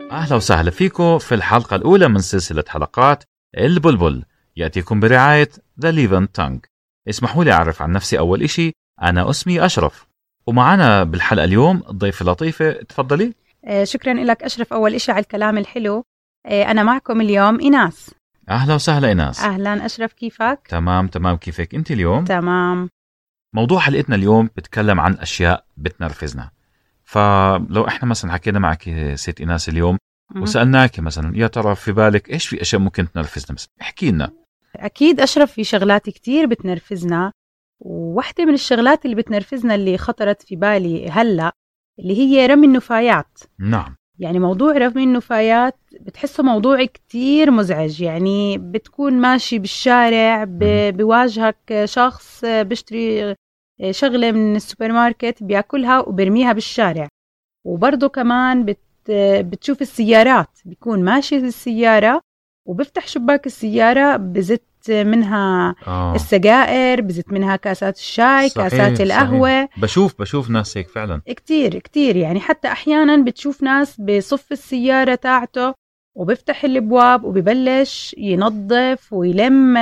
أهلا وسهلا فيكم في الحلقة الأولى من سلسلة حلقات البلبل، يأتيكم برعاية The Leaven Tongue. اسمحوا لي أعرف عن نفسي. أول إشي أنا اسمي أشرف، ومعنا بالحلقة اليوم الضيفة لطيفة. تفضلي. شكرا لك أشرف أول إشي على الكلام الحلو. أنا معكم اليوم إيناس. أهلا وسهلا إيناس. أهلا أشرف، كيفك؟ تمام. كيفك أنت اليوم؟ تمام. موضوع حلقتنا اليوم بتكلم عن أشياء بتنرفزنا. فلو إحنا مثلا حكينا معك ست إيناس اليوم وسألناك مثلا يا ترى في بالك إيش في أشياء ممكن تنرفزنا، مثلا احكي لنا. أكيد أشرف، في شغلات كتير بتنرفزنا، وواحدة من الشغلات اللي بتنرفزنا اللي خطرت في بالي هلأ اللي هي رمي النفايات. نعم. يعني موضوع رمي النفايات بتحسه موضوع كتير مزعج. يعني بتكون ماشي بالشارع بواجهك شخص بيشتري شغلة من السوبر ماركت بياكلها وبرميها بالشارع. وبرضه كمان بتشوف السيارات، بيكون ماشي السيارة وبفتح شباك السيارة بزت منها السجائر، بزت منها كاسات الشاي، صحيح، كاسات القهوة. صحيح. بشوف ناس هيك فعلا كتير. يعني حتى أحيانا بتشوف ناس بصف السيارة تاعته وبفتح الابواب وببلش ينظف ويلم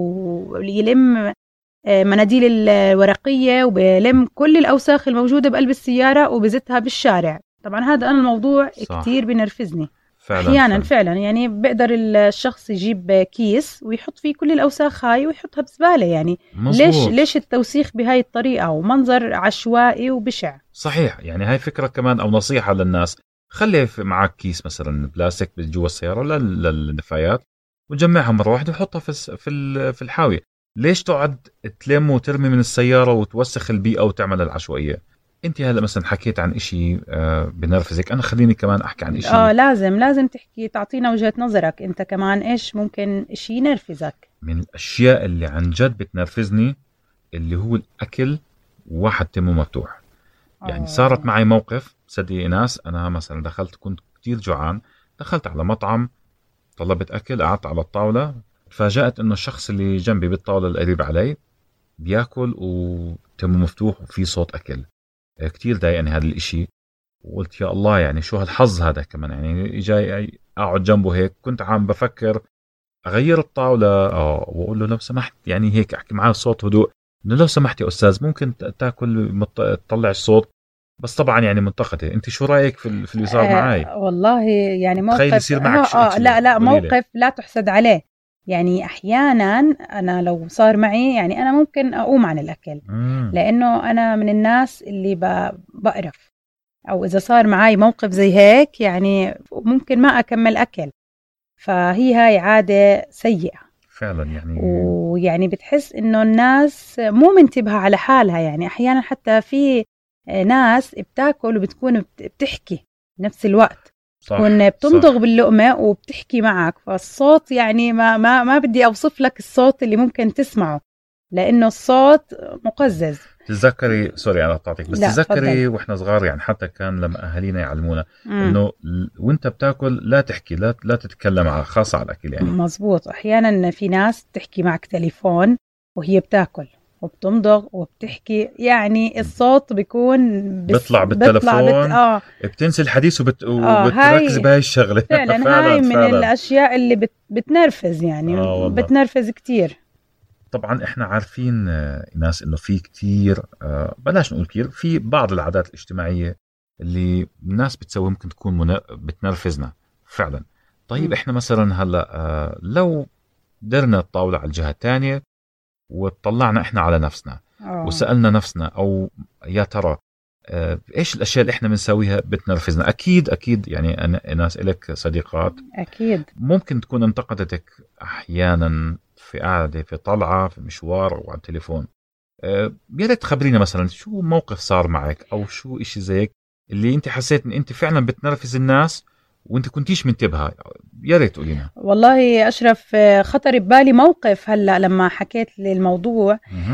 مناديل الورقية وبيلم كل الأوساخ الموجودة بقلب السيارة وبزتها بالشارع. طبعا هذا الموضوع كتير بنرفزني أحيانا فعلا. يعني بقدر الشخص يجيب كيس ويحط فيه كل الأوساخ هاي ويحطها بزبالة. يعني ليش التوسيخ بهاي الطريقة ومنظر عشوائي وبشع؟ صحيح. يعني هاي فكرة كمان أو نصيحة للناس، خلي معك كيس مثلا بلاستيك جوا السيارة للنفايات وجمعها مرة واحدة وحطها في الحاوية. ليش تقعد تلم وترمي من السيارة وتوسخ البيئة وتعمل العشوائية؟ انت هلا مثلا حكيت عن اشي بنرفزك، انا خليني كمان احكي عن اشي. لازم تحكي، تعطينا وجهة نظرك انت كمان، ايش ممكن اشي ينرفزك؟ من الاشياء اللي عن جد بتنرفزني اللي هو الاكل واحد تمه مفتوح. يعني صارت معي موقف، صدقي ناس، انا مثلا كنت كتير جوعان، دخلت على مطعم، طلبت اكل، قعدت على الطاولة، تفاجأت انه الشخص اللي جنبي بالطاولة القريب علي بياكل وتمه مفتوح وفي صوت اكل. كتير ضايقني هذا الاشي، وقلت يا الله يعني شو هالحظ هذا كمان. يعني جاي اقعد جنبه هيك، كنت عم بفكر اغير الطاولة واقول له لو سمحت، يعني هيك احكي معاه بصوت هدوء انه لو سمحت يا استاذ ممكن تاكل تطلع الصوت. بس طبعا يعني منتقدة. انت شو رايك في اللي صار معي؟ والله يعني موقف تخيل يصير معك لا موقف لا تحسد عليه. يعني احيانا انا لو صار معي يعني انا ممكن اقوم عن الاكل، لانه انا من الناس اللي بقرف، او اذا صار معي موقف زي هيك يعني ممكن ما اكمل اكل. فهي هاي عادة سيئة فعلا. يعني ويعني بتحس انه الناس مو منتبهة على حالها. يعني احيانا حتى في ناس بتاكل وبتكون بتحكي نفس الوقت، تكون بتمضغ باللقمة وبتحكي معك، فالصوت يعني ما بدي أوصف لك الصوت اللي ممكن تسمعه لأنه الصوت مقزز. تتذكري، سوري أنا أقطعتك، بس تتذكري وإحنا صغار يعني حتى كان لما أهالينا يعلمونا إنه وإنت بتاكل لا تحكي، لا تتكلم خاصة على الأكل. يعني مزبوط. أحيانا في ناس تحكي معك تليفون وهي بتاكل وبتمضغ وبتحكي، يعني الصوت بيكون بيطلع بالتلفون، بتنسي الحديث وبتركز بهاي الشغلة. فعلا هاي من الأشياء اللي بتنرفز، يعني بتنرفز كتير. طبعا احنا عارفين ناس انه في كتير بلاش نقول كتير، في بعض العادات الاجتماعية اللي الناس بتسوي ممكن تكون بتنرفزنا فعلا. طيب احنا مثلا هلا لو درنا الطاولة على الجهة الثانية وطلعنا احنا على نفسنا وسألنا نفسنا او يا ترى ايش الاشياء اللي احنا بنسويها بتنرفزنا؟ اكيد يعني انا ناس لك صديقات اكيد ممكن تكون انتقدتك احيانا في قاعدة، في طلعة، في مشوار او على التليفون. يا ريت تخبرينا مثلا شو موقف صار معك او شو اشي زيك اللي انت حسيت ان انت فعلا بتنرفز الناس وانت كنتيش منتبهة. يا ريت تقولينا. والله أشرف، خطر ببالي موقف هلا لما حكيت لي الموضوع.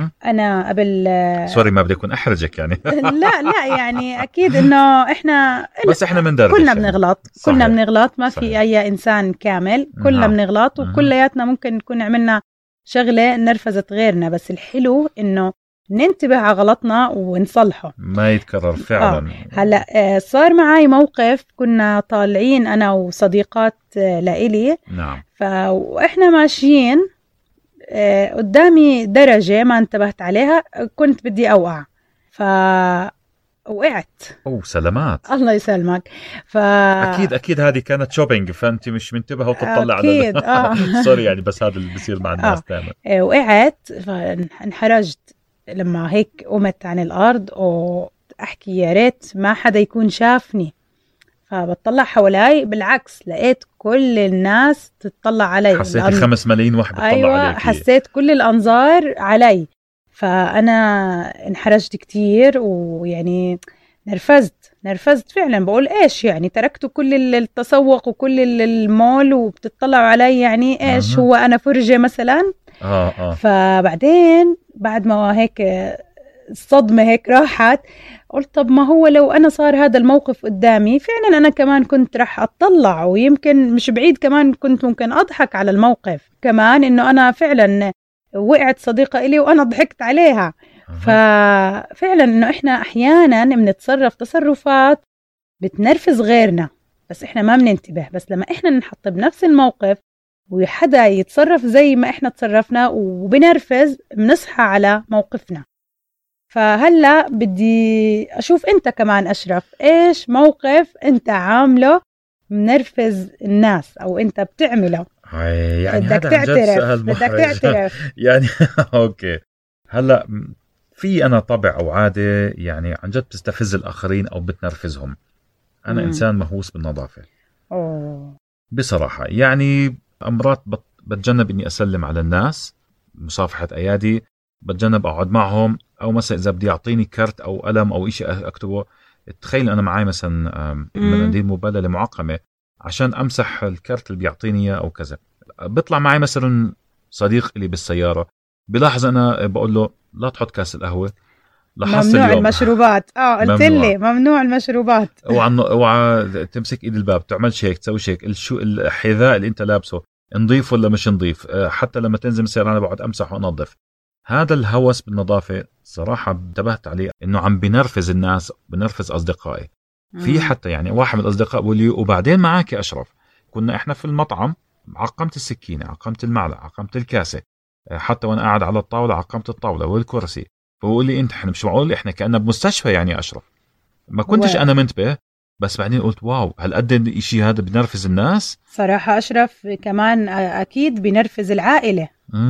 أنا قبل سوري ما بدي أكون أحرجك يعني. لا يعني أكيد إنه إحنا بس إحنا بندردش، كلنا بنغلط، كلنا بنغلط، ما في أي إنسان كامل، كلنا بنغلط وكلياتنا ممكن نكون عملنا شغلة نرفزت غيرنا. بس الحلو إنه ننتبه على غلطنا ونصلحه ما يتكرر فعلا. هلا صار معي موقف، كنا طالعين انا وصديقات لإلي. نعم. واحنا ماشيين قدامي درجة ما انتبهت عليها، كنت بدي اوقع وقعت. سلامات. الله يسلمك. اكيد هذه كانت شوبينج، فانت مش منتبهه وتطلع اكيد على سوري يعني، بس هذا اللي بيصير مع الناس دائما. وقعت فانحرجت لما هيك قمت عن الارض، واحكي يا ريت ما حدا يكون شافني. فبطلع حوالي، بالعكس لقيت كل الناس تتطلع علي. حسيت 5 ملايين واحد بتطلع عليك. حسيت كل الانظار علي، فانا انحرجت كتير، ويعني نرفزت فعلا. بقول ايش يعني، تركت كل التسوق وكل المول وبتطلعوا علي، يعني ايش هو انا فرجة مثلا؟ فبعدين بعد ما هيك الصدمة هيك راحت، قلت طب ما هو لو أنا صار هذا الموقف قدامي فعلا أنا كمان كنت رح أطلع، ويمكن مش بعيد كمان كنت ممكن أضحك على الموقف كمان، إنه أنا فعلا وقعت صديقة إلي وأنا ضحكت عليها. ففعلا إنه إحنا أحيانا بنتصرف تصرفات بتنرفز غيرنا، بس إحنا ما بننتبه. بس لما إحنا نحط بنفس الموقف وحدا يتصرف زي ما إحنا تصرفنا وبنرفز، بنصحى على موقفنا. فهلأ بدي أشوف أنت كمان أشرف، إيش موقف أنت عامله منرفز الناس أو أنت بتعمله؟ يعني بدك تعترف يعني أوكي. هلأ في أنا طبع أو عادة يعني عن جد بتستفز الآخرين أو بتنرفزهم. أنا إنسان مهووس بالنظافة. بصراحة يعني أمرات بتجنب إني أسلم على الناس، مصافحة أيادي، بتجنب أقعد معهم، أو مثلا إذا بدي يعطيني كارت أو قلم أو إشي أكتبه، تخيل أنا معي مثلا مناديل مبللة معقمة عشان أمسح الكارت اللي بيعطيني أو كذا. بيطلع معي مثلا صديق لي بالسيارة، بلاحظ أنا بقول له لا تحط كاس القهوة، ممنوع المشروبات. قلت لي ممنوع المشروبات. اوعى تمسك ايد الباب، تعملش هيك، تسوي هيك. الحذاء اللي انت لابسه نظيف ولا مش نظيف؟ حتى لما تنزل السيارة انا بقعد امسح وانظف. هذا الهوس بالنظافة صراحة انتبهت عليه انه عم بنرفز الناس، بنرفز اصدقائي. في حتى يعني واحد من الاصدقاء بقول لي وبعدين معك يا اشرف، كنا احنا في المطعم، عقمت السكينة، عقمت المعلقة، عقمت الكاسة، حتى وانا قاعد على الطاولة عقمت الطاولة والكرسي. فبقول لي انت احنا مش معقول احنا كأننا بمستشفى يعني يا اشرف. ما كنتش انا منتبه، بس بعدين قلت واو هل قد الشيء هذا بنرفز الناس. صراحة اشرف كمان اكيد بنرفز العائلة.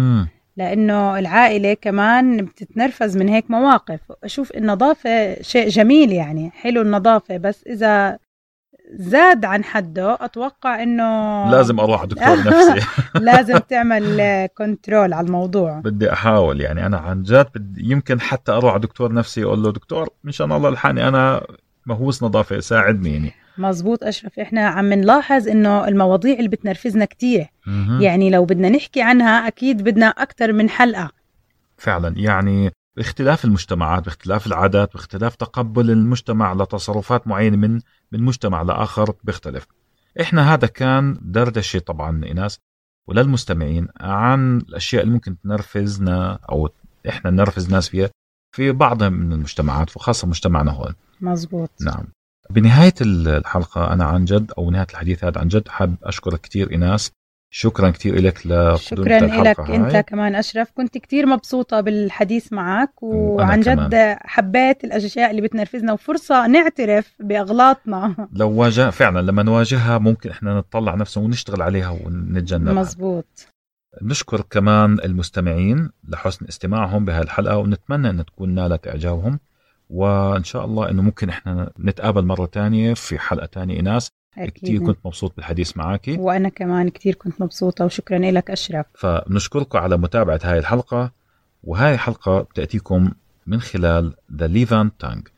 لانه العائلة كمان بتتنرفز من هيك مواقف. اشوف النظافة شيء جميل، يعني حلو النظافة، بس اذا زاد عن حده اتوقع انه لازم اروح دكتور نفسي. لازم تعمل كنترول على الموضوع. بدي احاول يعني، انا عن جد يمكن حتى اروح على دكتور نفسي اقول له دكتور ان شاء الله الحقني انا مهووس نظافه ساعدني يعني. مزبوط اشرف، احنا عم نلاحظ انه المواضيع اللي بتنرفزنا كتير، يعني لو بدنا نحكي عنها اكيد بدنا اكتر من حلقه. فعلا يعني باختلاف المجتمعات، باختلاف العادات، باختلاف تقبل المجتمع لتصرفات معينه من مجتمع لاخر بيختلف. احنا هذا كان دردشه طبعا ايناس وللمستمعين عن الاشياء اللي ممكن تنرفزنا او احنا نرفز ناس فيها في بعض من المجتمعات، وخاصه مجتمعنا هون. مزبوط. نعم. بنهايه الحلقه انا عن جد، او نهايه الحديث هذا عن جد، حاب اشكرك كثير ايناس. شكرا كثير لك لقدومك شكرا لك انت كمان اشرف، كنت كثير مبسوطه بالحديث معك، وعن جد حبيت الاشياء اللي بتنرفزنا، وفرصه نعترف باغلاطنا. لو واجه فعلا لما نواجهها ممكن احنا نطلع نفسنا ونشتغل عليها ونتجنبها. مزبوط. نشكر كمان المستمعين لحسن استماعهم بهذه الحلقه، ونتمنى ان تكون نالت اعجابهم، وان شاء الله انه ممكن احنا نتقابل مره تانية في حلقه تانية. ايناس كتير كنت مبسوط بالحديث معاكي، وأنا كمان كتير كنت مبسوطة، وشكرا لك أشرف. فنشكركم على متابعة هاي الحلقة، وهاي الحلقة بتأتيكم من خلال The Levant Tongue.